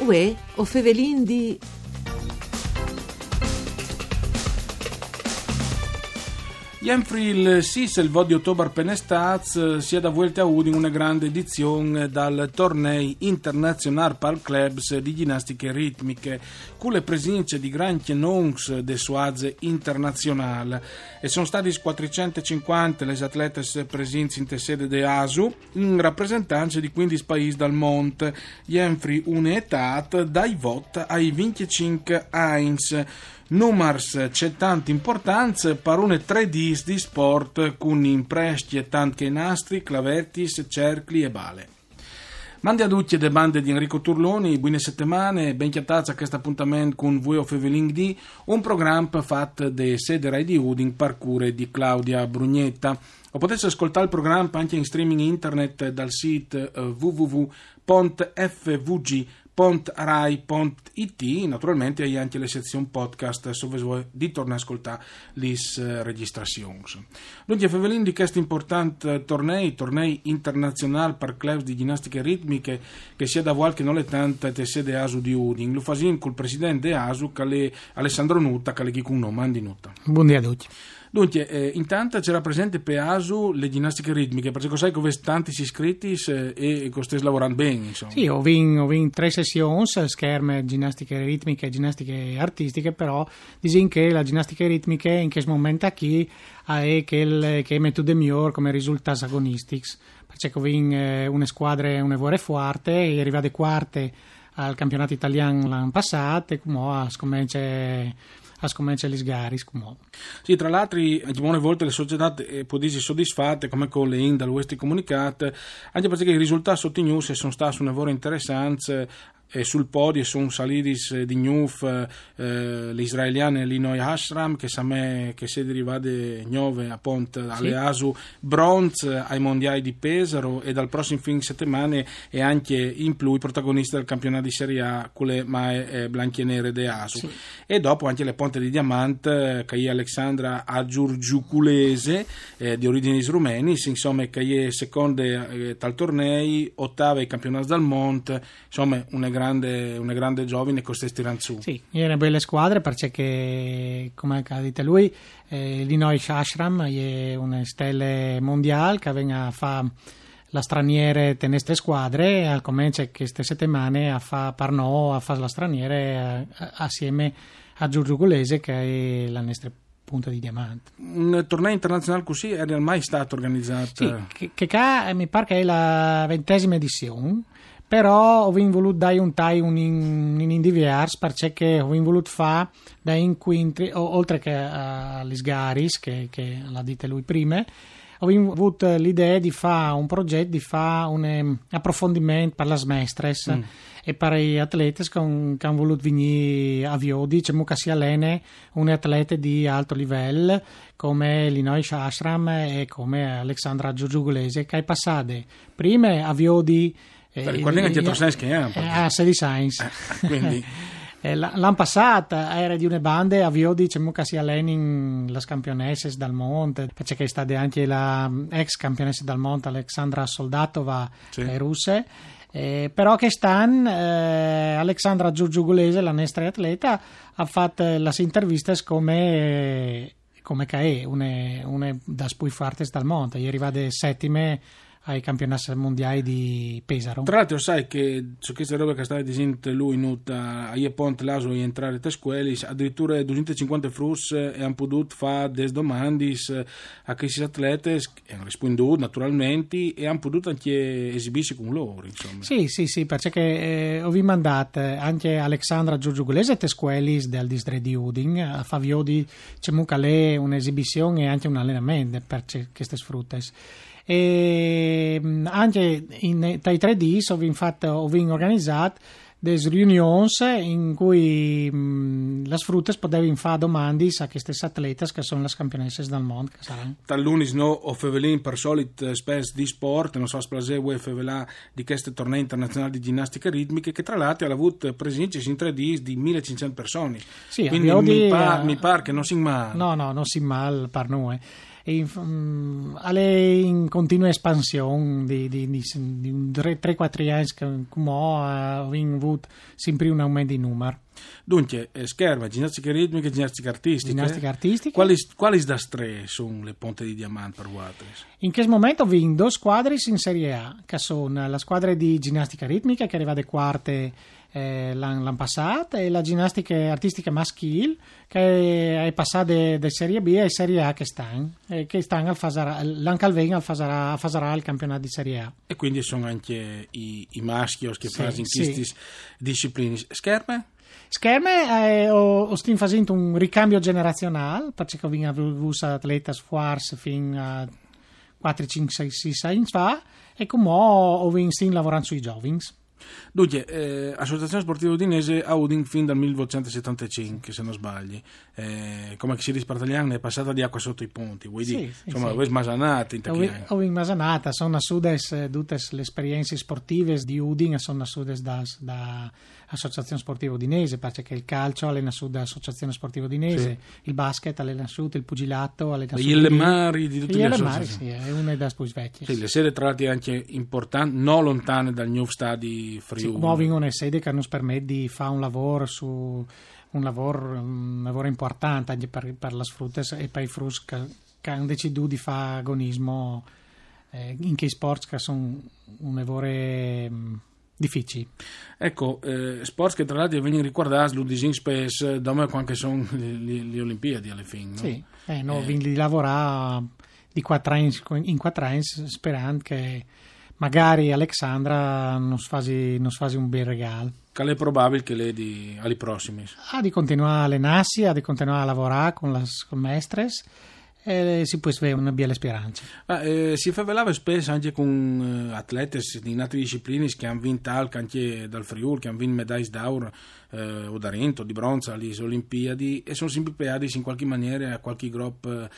Uè, o Fevelin di... Jenfri il 6 e il 2 di ottobre penestaz si è da vuelta a Udine una grande edizione dal torneo internazionale per clubs di ginnastiche ritmiche con le presenze di grandi noms de suaze internazionale e sono stati 450 le atlete presenti in sede de ASU in rappresentanza di 15 paesi dal mondo. Jenfri un'età dai vot ai 25 Heinz. Numers c'è tanta importanza per une 3D di sport con impresti e tanti nastri, clavertis, cercli e bale. Mandi a tutti le bande di Enrico Turloni, buone settimane, ben chiatazza a questo appuntamento con voi of Eveling D, un programma fatto da sede Rai di Udine per cure di Claudia Brugnetta. O potete ascoltare il programma anche in streaming internet dal sito www.fvg.rai.it. Naturalmente hai anche le sezioni podcast se vuoi di tornare a ascoltare le registrazioni. Dunque Fevelin di questo importante tornei internazionali per club di ginnastiche ritmiche che sia da qualche non le tante te sede ASU di Udine. Lo fasin col presidente ASU che è Alessandro Nutta che è chi con nome Andi Nutta. Buongiorno a tutti. Dunque, intanto c'era presente per ASU le ginnastiche ritmiche, perché sai che avete tanti iscritti e che state lavorando bene, insomma. Sì, ho vinto 3 sessioni, scherme ginnastiche ritmiche e ginnastiche artistiche, però dicono che la ginnastica ritmiche in questo momento qui è che è metodo migliore come risultati agonistici, perché ho vinto una squadra una vore forte e arrivate quarte al campionato italiano l'anno passato e come a scommettere le gare. Sì, tra l'altro, anche molte volte le società può dirsi soddisfatte, come con le Indal, questi comunicati, anche perché i risultati sotto i news sono stati un lavoro interessante. E sul podio sono saliti di Newf l'israeliano Linoy Hashram che si è derivato da 9 appunto alle ASU bronze ai mondiali di Pesaro e dal prossimo fine settimana è anche in più il protagonista del campionato di Serie A con le Mae Blanche Nere de ASU e dopo anche le ponte di diamante che è Alexandra Agiurgiuculese di origini rumeni, insomma che è seconda tal tornei, ottava ai campionati del mondo, insomma una grande giovane con questi tiranzù. Sì, è belle squadre perché come ha detto lui Linoy Hashram è una stella mondiale che viene a fare la straniere teneste squadre al comincia queste settimane a fare Parnò a fare la straniere assieme a Giorgio Golese che è la nostra punta di diamante. Un torneo internazionale così è mai stato organizzato? Sì, che mi pare che è la 20ª edizione. Però ho voluto dare un taglio in indiviars perché ho voluto fare da incontri oltre che alle garis che l'ha detto lui prima ho avuto l'idea di fare un progetto di fare un approfondimento per le smestres e per gli atleti che hanno voluto venire a Viodi c'è che si allena un atleta di alto livello come Linoy Hashram e come Alexandra Giurgiugulese che è passate prima a Viodi ricordi anche dietro Sainz che è? Sedi Sainz. Quindi l'anno passato era di una banda a Viodi diciamo che si allena le campionesse dal mondo perché è stata anche la ex campionessa dal mondo Alexandra Soldatova russe però che stanno Alexandra Giurgiugulese la nostra atleta ha fatto le interviste come che è una da spui fortes dal mondo è arrivata settime ai campionati mondiali di Pesaro. Tra l'altro sai che su queste robe che stava dicendo lui a Iepont l'Aso di entrare a scuole addirittura 250 frus e hanno potuto fare des domandis a questi atleti e hanno risponduto naturalmente e hanno potuto anche esibirsi con loro insomma. Sì perché ho mandato anche Alexandra Giurgiugulese a scuole del distretto di Udine a Faviodi c'è un'esibizione e anche un allenamento per queste frutte. E anche tra i 3D ho organizzato delle riunioni in cui le frutte potevano fare domande a queste atlete che sono le campionesse del mondo. Tallunis no o Fevelin per solito spes di sport, non so splasè e Fevelà di questi tornei internazionali di ginnastica ritmiche che tra l'altro ha avuto presenze in 3D di 1500 persone. Sì, quindi mi pare che non si male. No, non si male per noi. è in continua espansione di 3-4 anni come abbiamo avuto sempre un aumento di numero. Dunque, scherma, ginnastica ritmica e ginnastica artistica. Quali da tre sono le ponte di diamante per voi? In questo momento abbiamo due squadre in Serie A, che sono la squadra di ginnastica ritmica che arriva alle quarte l'anno passato e la ginnastica artistica maschile che è passata da Serie B a Serie A che stanno al Fasarà, l'anno calvegno al Fasarà il campionato di Serie A. E quindi sono anche i maschi che fanno in queste discipline. Scherme ho facendo un ricambio generazionale perché ho avuto atleti forse fino a 4, 5, 6 anni fa e come ho iniziato lavorando sui giovani. Dunque, Associazione Sportiva Udinese a Udin fin dal 1975, se non sbagli. Come si dice per italiano, è passata di acqua sotto i ponti. Vuoi dire? Insomma, ho smasanata in tacchi anni. Ho masanata, sono nascute tutte le esperienze sportive di Udin, sono nascute da Associazione Sportiva Udinese, perché il calcio è nascuto da Associazione Sportiva Udinese, il basket è nascuto, il pugilato è nascuto. Gli Elemari di tutte le associazioni. Sì, è una delle più vecchie. Sì, le sedi tra l'altro anche importanti, non lontane dal nuovo stadio Friuli. Sì, muovono una sede che ci permette di fare un lavoro un lavoro importante anche per le frutte e per i frutti che hanno deciso di fare agonismo in quei sport che sono un lavoro difficili. Ecco, sport che tra l'altro vengono ricordati lo disegno spesso dopo anche sono le Olimpiadi alla fine, no? Sì, vengono di lavorare di 4 anni in 4 anni sperando che magari Alexandra nos fasi un bel regalo. Qual è probabile che lei alle prossime? Di continuare a allenarsi, di continuare a lavorare con le mestres e si può avere una bella speranza. Si favelava spesso anche con atleti in altre discipline che hanno vinto anche dal Friuli, che hanno vinto medaglie d'oro o d'argento, di bronzo alle Olimpiadi e sono sempre pagati in qualche maniera a qualche gruppo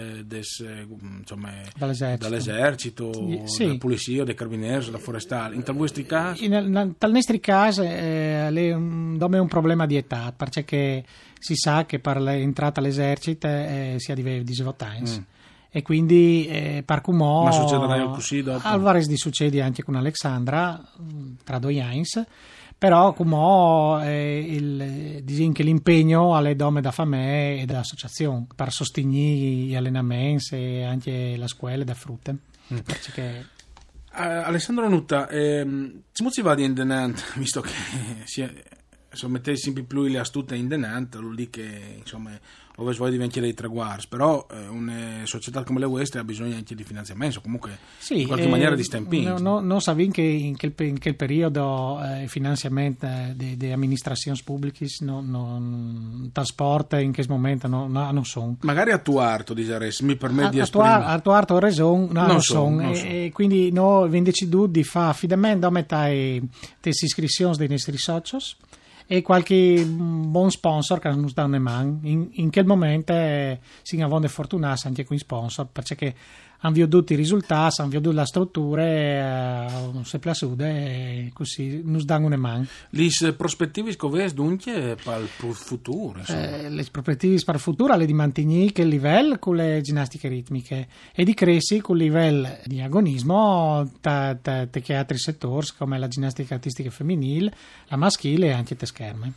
dall'esercito, dalla polizia, dei carabinieri, della forestale. In tal vostri casi? In tal nostri casi è un problema di età, perché si sa che per l'entrata all'esercito si ha di 18 anni. E quindi per Cumò ma succederà così dopo? Alvarez di succede anche con Alexandra tra 2 anni, però Cumò dice che l'impegno alle donne da famiglia e dell'associazione per sostenere gli allenamenti e anche la scuola da frutte. Perché Alessandro Nutta, si va di indenante, visto che mettete sempre più le astute in denante, vuol dire che insomma ove vuoi diventare dei traguardi, però una società come le vostre ha bisogno anche di finanziamento, comunque in qualche maniera di stamping. Non sapete che in quel periodo il finanziamento delle amministrazioni pubbliche trasporto in questo momento non sono. Magari attuarto, mi permette di esprimere. Attuarto ragione, non sono. E quindi noi abbiamo deciso di fare affidamento a metà delle iscrizioni dei nostri soci e qualche buon sponsor che ci dà una mano. In quel momento si avevano fortunati anche con i sponsor, perché hanno veduto i risultati, hanno veduto la struttura, si è piaciuta e così ci danno una mano. Le prospettive che dunque per il futuro? Le prospettive per il futuro è di mantenere il livello con le ginnastiche ritmiche e di crescere con il livello di agonismo che altri settori come la ginnastica artistica femminile, la maschile e anche le scherme.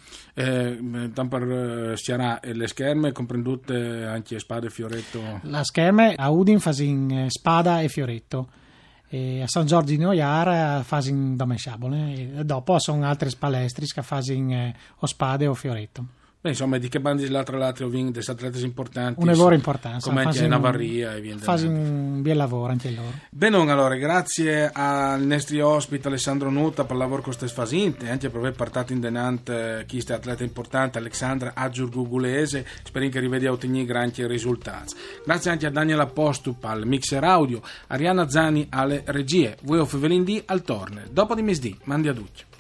Per schiarare le scherme comprendute anche spade e fioretto? La scherme a Udin fa in spada e fioretto e a San Giorgio di Noiara fa in dome sciabole e dopo sono altre palestri che fa in o spade o fioretto. Insomma, di che bandi l'altra o vinc dei atleti importanti? Un lavoro importante. Come anche Navarria e via. Fa un bel lavoro anche loro. Bene, allora, grazie al nostro ospite Alessandro Nutta per il lavoro che stai facendo e anche per aver portato in denante chi è atleta importante, Alexandra Aggiurgugulese. Spero che rivedi a ottenere grandi risultati. Grazie anche a Daniel Apostup al mixer audio, Arianna Zani alle regie, voi o Fevelin D al torne. Dopo di mesdì, mandi a tutti.